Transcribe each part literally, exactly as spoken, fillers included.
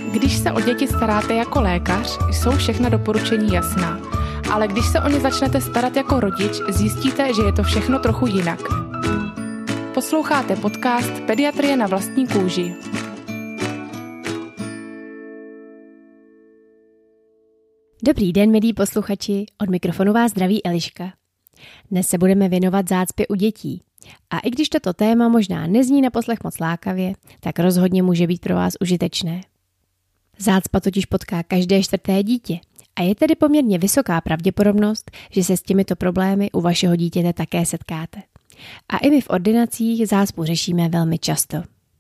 Když se o děti staráte jako lékař, jsou všechna doporučení jasná. Ale když se o ně začnete starat jako rodič, zjistíte, že je to všechno trochu jinak. Posloucháte podcast Pediatrie na vlastní kůži. Dobrý den, milí posluchači, od mikrofonu vás zdraví Eliška. Dnes se budeme věnovat zácpě u dětí. A i když toto téma možná nezní na poslech moc lákavě, tak rozhodně může být pro vás užitečné. Zácpa totiž potká každé čtvrté dítě a je tedy poměrně vysoká pravděpodobnost, že se s těmito problémy u vašeho dítěte také setkáte. A i my v ordinacích zácpu řešíme velmi často.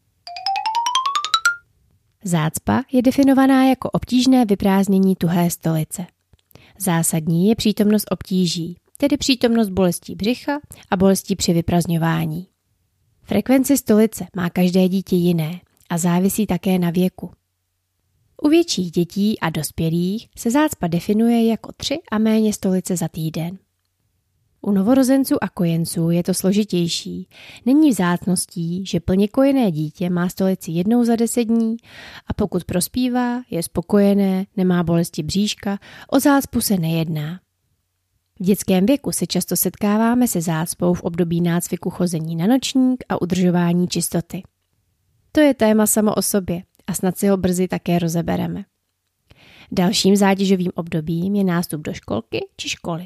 Zácpa je definovaná jako obtížné vyprázdnění tuhé stolice. Zásadní je přítomnost obtíží, tedy přítomnost bolestí břicha a bolestí při vyprazňování. Frekvenci stolice má každé dítě jiné a závisí také na věku. U větších dětí a dospělých se zácpa definuje jako tři a méně stolice za týden. U novorozenců a kojenců je to složitější. Není vzácností, že plně kojené dítě má stolici jednou za deset dní a pokud prospívá, je spokojené, nemá bolesti bříška, o zácpu se nejedná. V dětském věku se často setkáváme se zácpou v období nácviku chození na nočník a udržování čistoty. To je téma samo o sobě a snad si ho brzy také rozebereme. Dalším zátěžovým obdobím je nástup do školky či školy.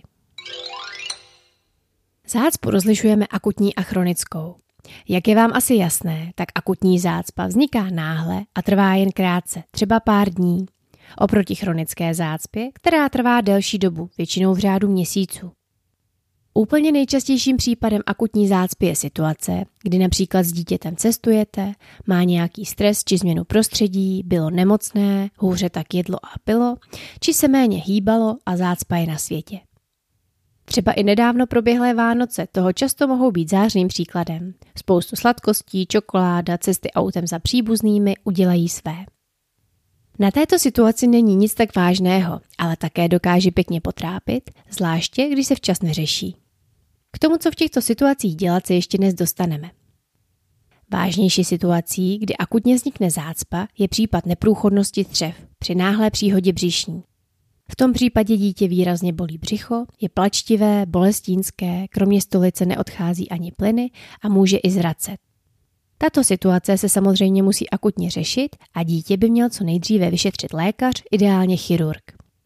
Zácpu rozlišujeme akutní a chronickou. Jak je vám asi jasné, tak akutní zácpa vzniká náhle a trvá jen krátce, třeba pár dní. Oproti chronické zácpě, která trvá delší dobu, většinou v řádu měsíců. Úplně nejčastějším případem akutní zácpy je situace, kdy například s dítětem cestujete, má nějaký stres či změnu prostředí, bylo nemocné, hůře tak jedlo a pilo, či se méně hýbalo a zácpa je na světě. Třeba i nedávno proběhlé Vánoce toho často mohou být zářným příkladem. Spoustu sladkostí, čokoláda, cesty autem za příbuznými udělají své. Na této situaci není nic tak vážného, ale také dokáže pěkně potrápit, zvláště když se včas neřeší. K tomu, co v těchto situacích dělat, se ještě dnes dostaneme. Vážnější situací, kdy akutně vznikne zácpa, je případ neprůchodnosti střev při náhlé příhodě břišní. V tom případě dítě výrazně bolí břicho, je plačtivé, bolestínské, kromě stolice neodchází ani plyny a může i zvracet. Tato situace se samozřejmě musí akutně řešit a dítě by měl co nejdříve vyšetřit lékař, ideálně chirurg.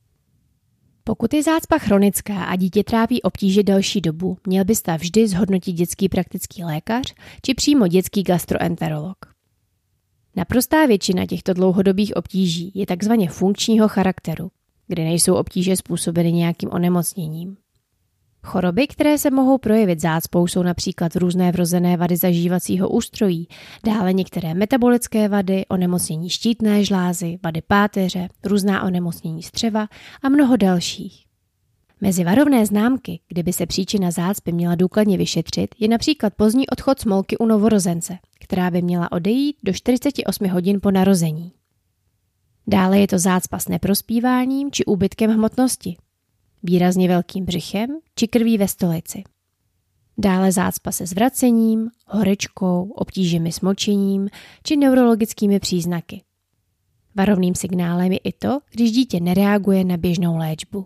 Pokud je zácpa chronická a dítě trápí obtíže delší dobu, měl by stav vždy zhodnotit dětský praktický lékař či přímo dětský gastroenterolog. Naprostá většina těchto dlouhodobých obtíží je takzvaně funkčního charakteru, kdy nejsou obtíže způsobeny nějakým onemocněním. Choroby, které se mohou projevit zácpou, jsou například různé vrozené vady zažívacího ústrojí, dále některé metabolické vady, onemocnění štítné žlázy, vady páteře, různá onemocnění střeva a mnoho dalších. Mezi varovné známky, kdyby se příčina zácpy měla důkladně vyšetřit, je například pozdní odchod smolky u novorozence, která by měla odejít do čtyřicet osm hodin po narození. Dále je to zácpa s neprospíváním či úbytkem hmotnosti, výrazně velkým břichem či krví ve stolici. Dále zácpa se zvracením, horečkou, obtížemi s močením či neurologickými příznaky. Varovným signálem je i to, když dítě nereaguje na běžnou léčbu.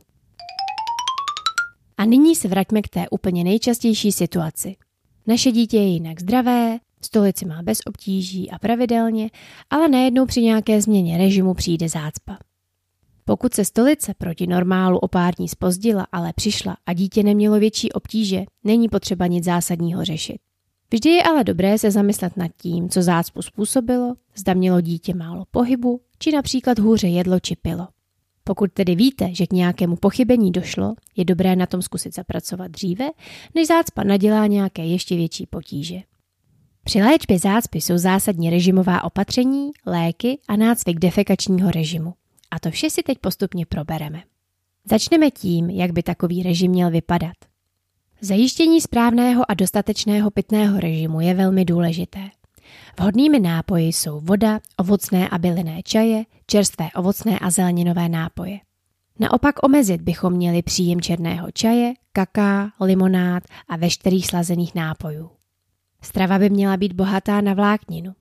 A nyní se vraťme k té úplně nejčastější situaci. Naše dítě je jinak zdravé, stolici má bez obtíží a pravidelně, ale najednou při nějaké změně režimu přijde zácpa. Pokud se stolice proti normálu o pár dní zpozdila, ale přišla a dítě nemělo větší obtíže, není potřeba nic zásadního řešit. Vždy je ale dobré se zamyslet nad tím, co zácpu způsobilo, zda mělo dítě málo pohybu, či například hůře jedlo či pilo. Pokud tedy víte, že k nějakému pochybení došlo, je dobré na tom zkusit zapracovat dříve, než zácpa nadělá nějaké ještě větší potíže. Při léčbě zácpy jsou zásadní režimová opatření, léky a nácvik defekačního režimu. A to vše si teď postupně probereme. Začneme tím, jak by takový režim měl vypadat. Zajištění správného a dostatečného pitného režimu je velmi důležité. Vhodnými nápoji jsou voda, ovocné a bylinné čaje, čerstvé ovocné a zeleninové nápoje. Naopak omezit bychom měli příjem černého čaje, kaká, limonád a veškerých slazených nápojů. Strava by měla být bohatá na vlákninu.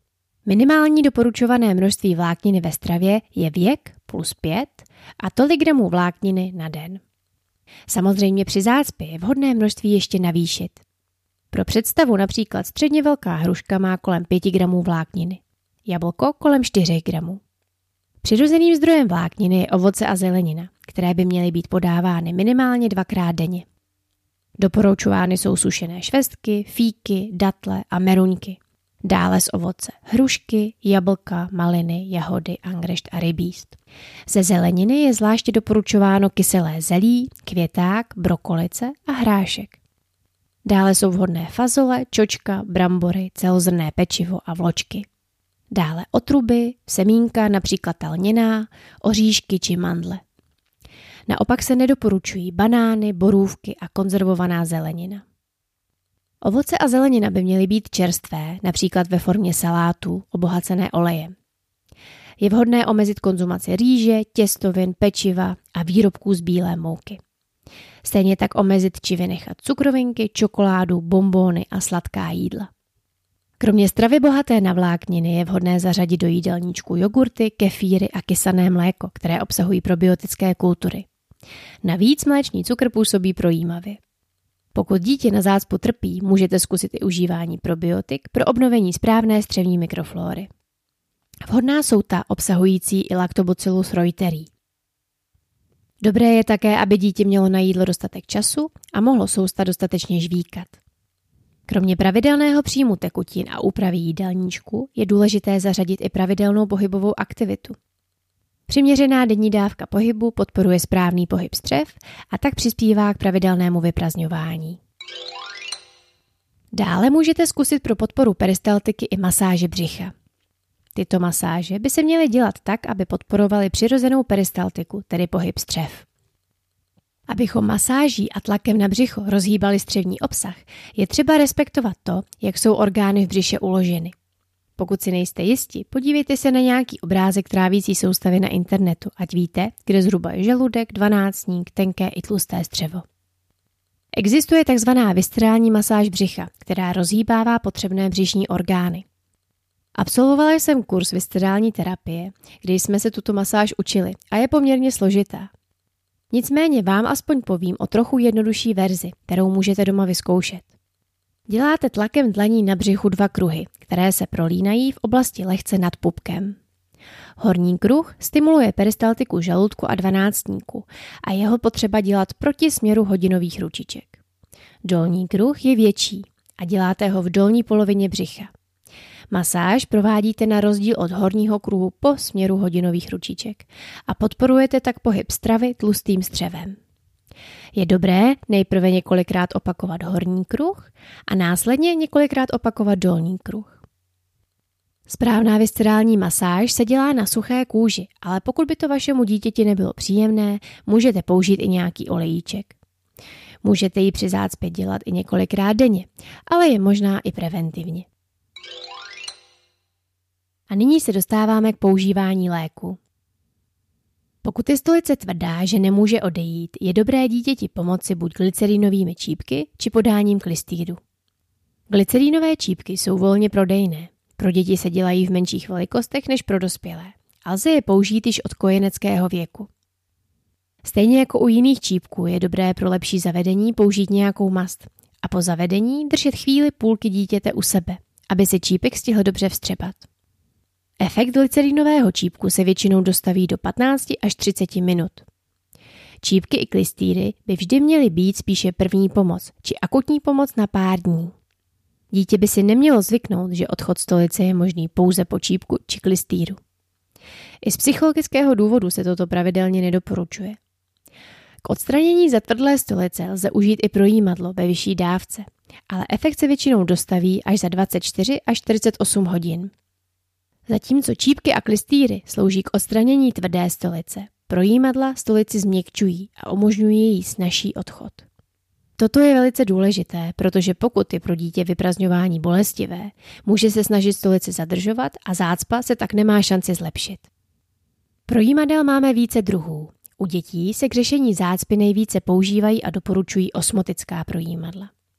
Minimální doporučované množství vlákniny ve stravě je věk plus pět a tolik gramů vlákniny na den. Samozřejmě při zácpě je vhodné množství ještě navýšit. Pro představu například středně velká hruška má kolem pět gramů vlákniny, jablko kolem čtyři gramů. Přirozeným zdrojem vlákniny je ovoce a zelenina, které by měly být podávány minimálně dvakrát denně. Doporučovány jsou sušené švestky, fíky, datle a meruňky. Dále z ovoce hrušky, jablka, maliny, jahody, angrešt a rybíst. Ze zeleniny je zvláště doporučováno kyselé zelí, květák, brokolice a hrášek. Dále jsou vhodné fazole, čočka, brambory, celozrnné pečivo a vločky. Dále otruby, semínka, například lněná, oříšky či mandle. Naopak se nedoporučují banány, borůvky a konzervovaná zelenina. Ovoce a zelenina by měly být čerstvé, například ve formě salátů, obohacené olejem. Je vhodné omezit konzumaci rýže, těstovin, pečiva a výrobků z bílé mouky. Stejně tak omezit či vynechat cukrovinky, čokoládu, bonbóny a sladká jídla. Kromě stravy bohaté na vlákniny je vhodné zařadit do jídelníčku jogurty, kefíry a kysané mléko, které obsahují probiotické kultury. Navíc mléčný cukr působí projímavě. Pokud dítě na zácpu trpí, můžete zkusit i užívání probiotik pro obnovení správné střevní mikroflóry. Vhodná jsou ta obsahující i Lactobacillus reuteri. Dobré je také, aby dítě mělo na jídlo dostatek času a mohlo sousta dostatečně žvíkat. Kromě pravidelného příjmu tekutin a úpravy jídelníčku je důležité zařadit i pravidelnou pohybovou aktivitu. Přiměřená denní dávka pohybu podporuje správný pohyb střev a tak přispívá k pravidelnému vyprazňování. Dále můžete zkusit pro podporu peristaltiky i masáže břicha. Tyto masáže by se měly dělat tak, aby podporovaly přirozenou peristaltiku, tedy pohyb střev. Abychom masáží a tlakem na břicho rozhýbali střevní obsah, je třeba respektovat to, jak jsou orgány v břiše uloženy. Pokud si nejste jisti, podívejte se na nějaký obrázek trávící soustavy na internetu, ať víte, kde zhruba je žaludek, dvanáctník, tenké i tlusté střevo. Existuje takzvaná viscerální masáž břicha, která rozhýbává potřebné břišní orgány. Absolvovala jsem kurz viscerální terapie, kde jsme se tuto masáž učili a je poměrně složitá. Nicméně vám aspoň povím o trochu jednodušší verzi, kterou můžete doma vyzkoušet. Děláte tlakem dlaní na břichu dva kruhy, které se prolínají v oblasti lehce nad pupkem. Horní kruh stimuluje peristaltiku žaludku a dvanáctníku a jeho potřeba dělat proti směru hodinových ručiček. Dolní kruh je větší a děláte ho v dolní polovině břicha. Masáž provádíte na rozdíl od horního kruhu po směru hodinových ručiček a podporujete tak pohyb stravy tlustým střevem. Je dobré nejprve několikrát opakovat horní kruh a následně několikrát opakovat dolní kruh. Správná viscerální masáž se dělá na suché kůži, ale pokud by to vašemu dítěti nebylo příjemné, můžete použít i nějaký olejíček. Můžete ji při zácpě dělat i několikrát denně, ale je možná i preventivně. A nyní se dostáváme k používání léku. Pokud je stolice tvrdá, že nemůže odejít, je dobré dítěti pomoci buď glycerinovými čípky, či podáním klystýru. Glycerinové čípky jsou volně prodejné. Pro děti se dělají v menších velikostech než pro dospělé a lze je použít již od kojeneckého věku. Stejně jako u jiných čípků je dobré pro lepší zavedení použít nějakou mast a po zavedení držet chvíli půlky dítěte u sebe, aby se čípek stihl dobře vstřebat. Efekt glycerinového čípku se většinou dostaví do patnáct až třicet minut. Čípky i klystýry by vždy měly být spíše první pomoc či akutní pomoc na pár dní. Dítě by si nemělo zvyknout, že odchod stolice je možný pouze po čípku či klystýru. I z psychologického důvodu se toto pravidelně nedoporučuje. K odstranění zatvrdlé stolice lze užít i projímadlo ve vyšší dávce, ale efekt se většinou dostaví až za dvacet čtyři až čtyřicet osm hodin. Zatímco čípky a klystýry slouží k odstranění tvrdé stolice, projímadla stolici změkčují a umožňují její snazší odchod. Toto je velice důležité, protože pokud je pro dítě vyprazňování bolestivé, může se snažit stolici zadržovat a zácpa se tak nemá šanci zlepšit. Projímadel máme více druhů. U dětí se k řešení zácpy nejvíce používají a doporučují osmotická projímadla.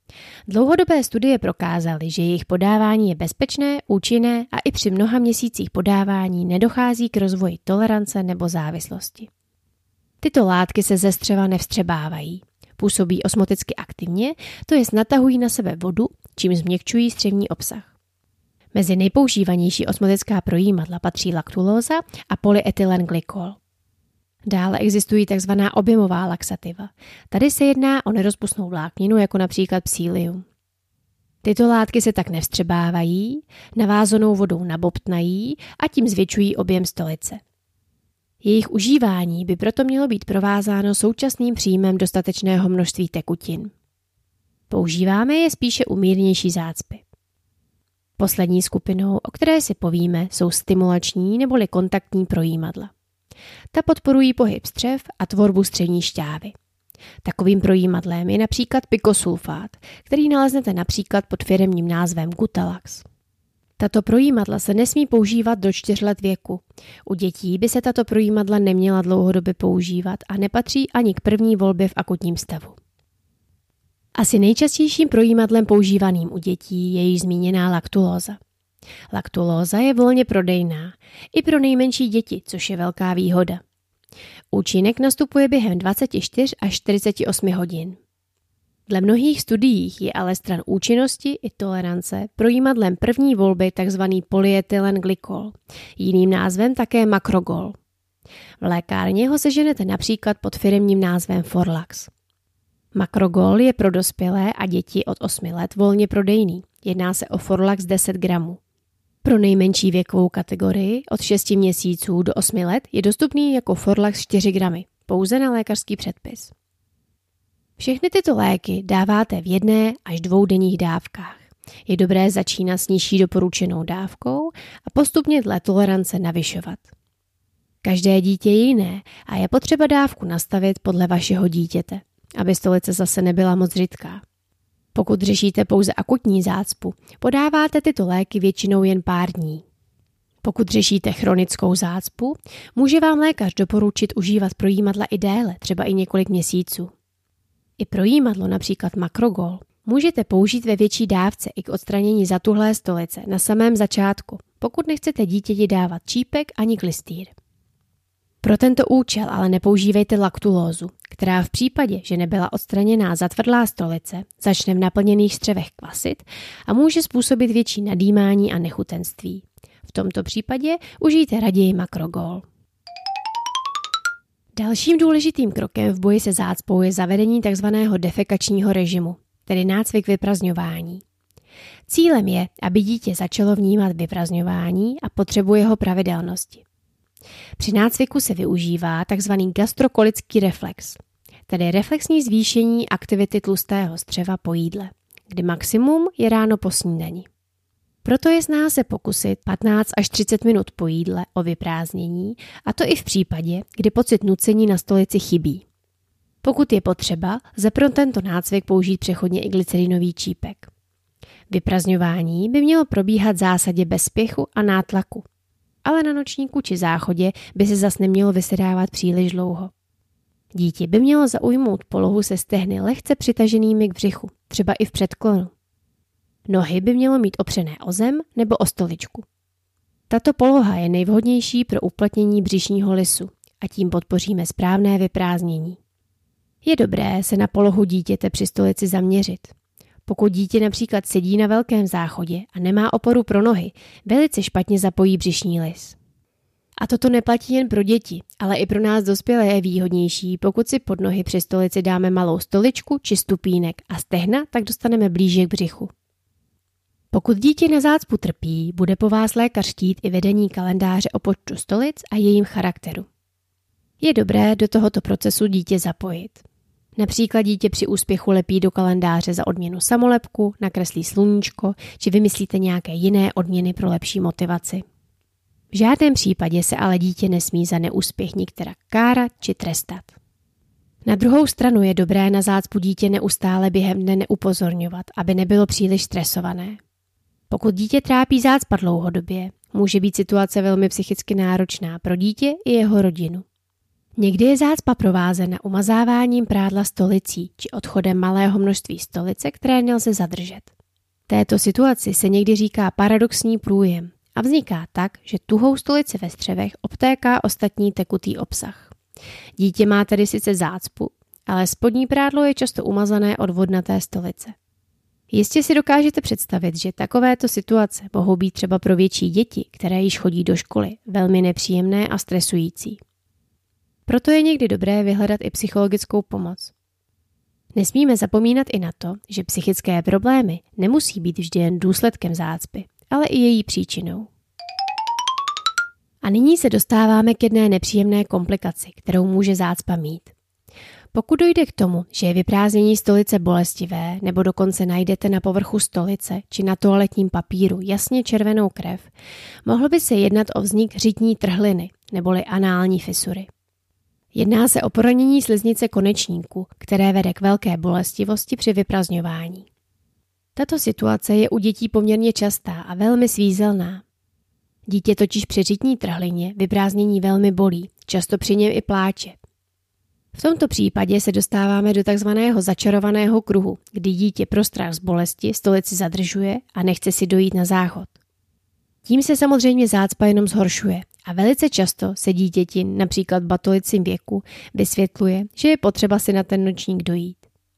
Dlouhodobé studie prokázaly, že jejich podávání je bezpečné, účinné a i při mnoha měsících podávání nedochází k rozvoji tolerance nebo závislosti. Tyto látky se ze střeva nevstřebávají. Působí osmoticky aktivně, to jest natahují na sebe vodu, čím změkčují střevní obsah. Mezi nejpoužívanější osmotická projímadla patří laktulóza a polyetylenglykol. Dále existují tzv. Objemová laxativa. Tady se jedná o nerozpustnou vlákninu, jako například psílium. Tyto látky se tak nevstřebávají, navázanou vodou nabobtnají a tím zvětšují objem stolice. Jejich užívání by proto mělo být provázáno současným příjmem dostatečného množství tekutin. Používáme je spíše u mírnější zácpy. Poslední skupinou, o které si povíme, jsou stimulační neboli kontaktní projímadla. Ta podporují pohyb střev a tvorbu střevní šťávy. Takovým projímadlem je například pikosulfát, který naleznete například pod firemním názvem Gutalax. Tato projímadla se nesmí používat do čtyř let věku. U dětí by se tato projímadla neměla dlouhodobě používat a nepatří ani k první volbě v akutním stavu. Asi nejčastějším projímadlem používaným u dětí je již zmíněná laktulóza. Laktulóza je volně prodejná i pro nejmenší děti, což je velká výhoda. Účinek nastupuje během dvacet čtyři až čtyřicet osm hodin. Dle mnohých studií je ale stran účinnosti i tolerance projímadlem první volby tzv. Polyetylenglykol, jiným názvem také makrogol. V lékárně ho seženete například pod firemním názvem Forlax. Makrogol je pro dospělé a děti od osmi let volně prodejný. Jedná se o Forlax deset gramů. Pro nejmenší věkovou kategorii od šesti měsíců do osmi let je dostupný jako Forlax čtyři gramy, pouze na lékařský předpis. Všechny tyto léky dáváte v jedné až dvoudenních dávkách. Je dobré začínat s nižší doporučenou dávkou a postupně dle tolerance navyšovat. Každé dítě je jiné a je potřeba dávku nastavit podle vašeho dítěte, aby stolice zase nebyla moc řidká. Pokud řešíte pouze akutní zácpu, podáváte tyto léky většinou jen pár dní. Pokud řešíte chronickou zácpu, může vám lékař doporučit užívat projímadla i déle, třeba i několik měsíců. I projímadlo, například makrogol, můžete použít ve větší dávce i k odstranění zatuhlé stolice na samém začátku, pokud nechcete dítěti dávat čípek ani klystýr. Pro tento účel ale nepoužívejte laktulózu, která v případě, že nebyla odstraněná zatvrdlá stolice, začne v naplněných střevech kvasit a může způsobit větší nadýmání a nechutenství. V tomto případě užijte raději makrogol. Dalším důležitým krokem v boji se zácpou je zavedení tzv. Defekačního režimu, tedy nácvik vyprazňování. Cílem je, aby dítě začalo vnímat vyprazňování a potřebu jeho pravidelnosti. Při nácviku se využívá tzv. Gastrokolický reflex, tedy reflexní zvýšení aktivity tlustého střeva po jídle, kdy maximum je ráno po snídani. Proto je snáze se pokusit patnáct až třicet minut po jídle o vyprázdnění, a to i v případě, kdy pocit nucení na stolici chybí. Pokud je potřeba, lze pro tento nácvik použít přechodně i glycerinový čípek. Vyprazňování by mělo probíhat v zásadě bez spěchu a nátlaku, ale na nočníku či záchodě by se zas nemělo vysedávat příliš dlouho. Dítě by mělo zaujmout polohu se stehny lehce přitaženými k břichu, třeba i v předklonu. Nohy by mělo mít opřené o zem nebo o stoličku. Tato poloha je nejvhodnější pro uplatnění břišního lisu a tím podpoříme správné vyprázdnění. Je dobré se na polohu dítěte při stolici zaměřit. Pokud dítě například sedí na velkém záchodě a nemá oporu pro nohy, velice špatně zapojí břišní lis. A toto neplatí jen pro děti, ale i pro nás dospělé je výhodnější, pokud si pod nohy při stolici dáme malou stoličku či stupínek a stehna tak dostaneme blíže k břichu. Pokud dítě na zácpu trpí, bude po vás lékař chtít i vedení kalendáře o počtu stolic a jejím charakteru. Je dobré do tohoto procesu dítě zapojit. Například dítě při úspěchu lepí do kalendáře za odměnu samolepku, nakreslí sluníčko či vymyslíte nějaké jiné odměny pro lepší motivaci. V žádném případě se ale dítě nesmí za neúspěch nikterak kárat či trestat. Na druhou stranu je dobré na zácpu dítě neustále během dne neupozorňovat, aby nebylo příliš stresované. Pokud dítě trápí zácpa dlouhodobě, může být situace velmi psychicky náročná pro dítě i jeho rodinu. Někdy je zácpa provázena umazáváním prádla stolicí či odchodem malého množství stolice, které nelze zadržet. Této situaci se někdy říká paradoxní průjem a vzniká tak, že tuhou stolici ve střevech obtéká ostatní tekutý obsah. Dítě má tedy sice zácpu, ale spodní prádlo je často umazané od vodnaté stolice. Jistě si dokážete představit, že takovéto situace mohou být třeba pro větší děti, které již chodí do školy, velmi nepříjemné a stresující. Proto je někdy dobré vyhledat i psychologickou pomoc. Nesmíme zapomínat i na to, že psychické problémy nemusí být vždy jen důsledkem zácpy, ale i její příčinou. A nyní se dostáváme k jedné nepříjemné komplikaci, kterou může zácpa mít. Pokud dojde k tomu, že je vyprázdnění stolice bolestivé, nebo dokonce najdete na povrchu stolice či na toaletním papíru jasně červenou krev, mohlo by se jednat o vznik řitní trhliny neboli anální fisury. Jedná se o poranění sliznice konečníku, které vede k velké bolestivosti při vyprazňování. Tato situace je u dětí poměrně častá a velmi svízelná. Dítě totiž při řitní trhlině vyprázdnění velmi bolí, často při něm i pláče. V tomto případě se dostáváme do takzvaného začarovaného kruhu, kdy dítě pro strach z bolesti stolici zadržuje a nechce si dojít na záchod. Tím se samozřejmě zácpa jenom zhoršuje a velice často se dítěti, například v batolicím věku, vysvětluje, že je potřeba si na ten nočník dojít.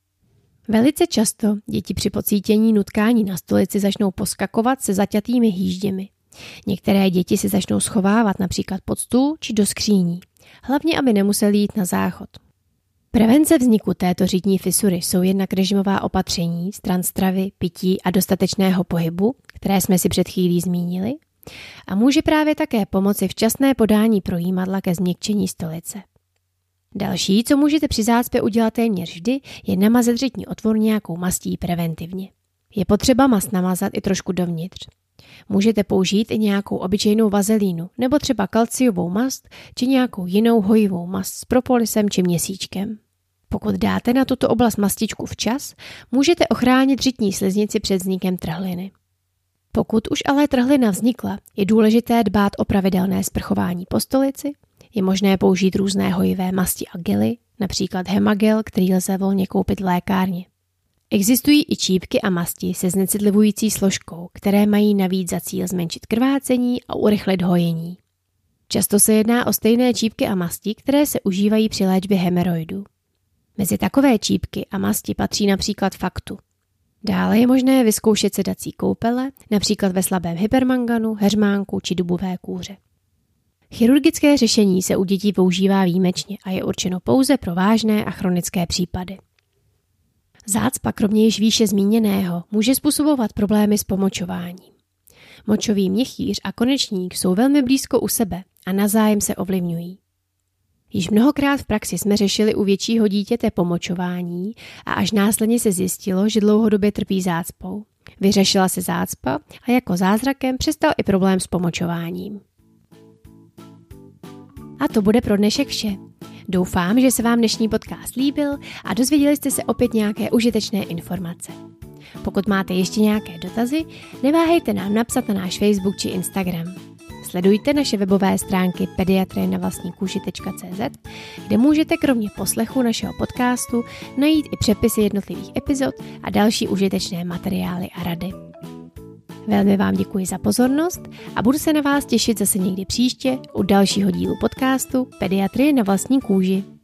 Velice často děti při pocítění nutkání na stolici začnou poskakovat se zaťatými hýžděmi. Některé děti se začnou schovávat například pod stůl či do skříní, hlavně aby nemuseli jít na záchod. Prevence vzniku této řitní fisury jsou jednak režimová opatření, stran stravy, pití a dostatečného pohybu, které jsme si před chvílí zmínili, a může právě také pomoci včasné podání projímadla ke změkčení stolice. Další, co můžete při zácpě udělat téměř vždy, je namazat řitní otvor nějakou mastí preventivně. Je potřeba mast namazat i trošku dovnitř. Můžete použít i nějakou obyčejnou vazelínu nebo třeba kalciovou mast či nějakou jinou hojivou mast s propolisem či měsíčkem. Pokud dáte na tuto oblast mastičku včas, můžete ochránit řitní sliznici před vznikem trhliny. Pokud už ale trhlina vznikla, je důležité dbát o pravidelné sprchování po stolici, je možné použít různé hojivé masti a gely, například hemagel, který lze volně koupit v lékárně. Existují i čípky a masti se znecitlivující složkou, které mají navíc za cíl zmenšit krvácení a urychlit hojení. Často se jedná o stejné čípky a masti, které se užívají při léčbě hemeroidů. Mezi takové čípky a masti patří například Factu. Dále je možné vyzkoušet sedací koupele, například ve slabém hypermanganu, heřmánku či dubové kůře. Chirurgické řešení se u dětí používá výjimečně a je určeno pouze pro vážné a chronické případy. Zácpa kromě již výše zmíněného může způsobovat problémy s pomočováním. Močový měchýř a konečník jsou velmi blízko u sebe a navzájem se ovlivňují. Již mnohokrát v praxi jsme řešili u většího dítěte pomočování a až následně se zjistilo, že dlouhodobě trpí zácpou. Vyřešila se zácpa a jako zázrakem přestal i problém s pomočováním. A to bude pro dnešek vše. Doufám, že se vám dnešní podcast líbil a dozvěděli jste se opět nějaké užitečné informace. Pokud máte ještě nějaké dotazy, neváhejte nám napsat na náš Facebook či Instagram. Sledujte naše webové stránky pediatrie na vlastní kůži tečka cé zet, kde můžete kromě poslechu našeho podcastu najít i přepisy jednotlivých epizod a další užitečné materiály a rady. Velmi vám děkuji za pozornost a budu se na vás těšit zase někdy příště u dalšího dílu podcastu Pediatrie na vlastní kůži.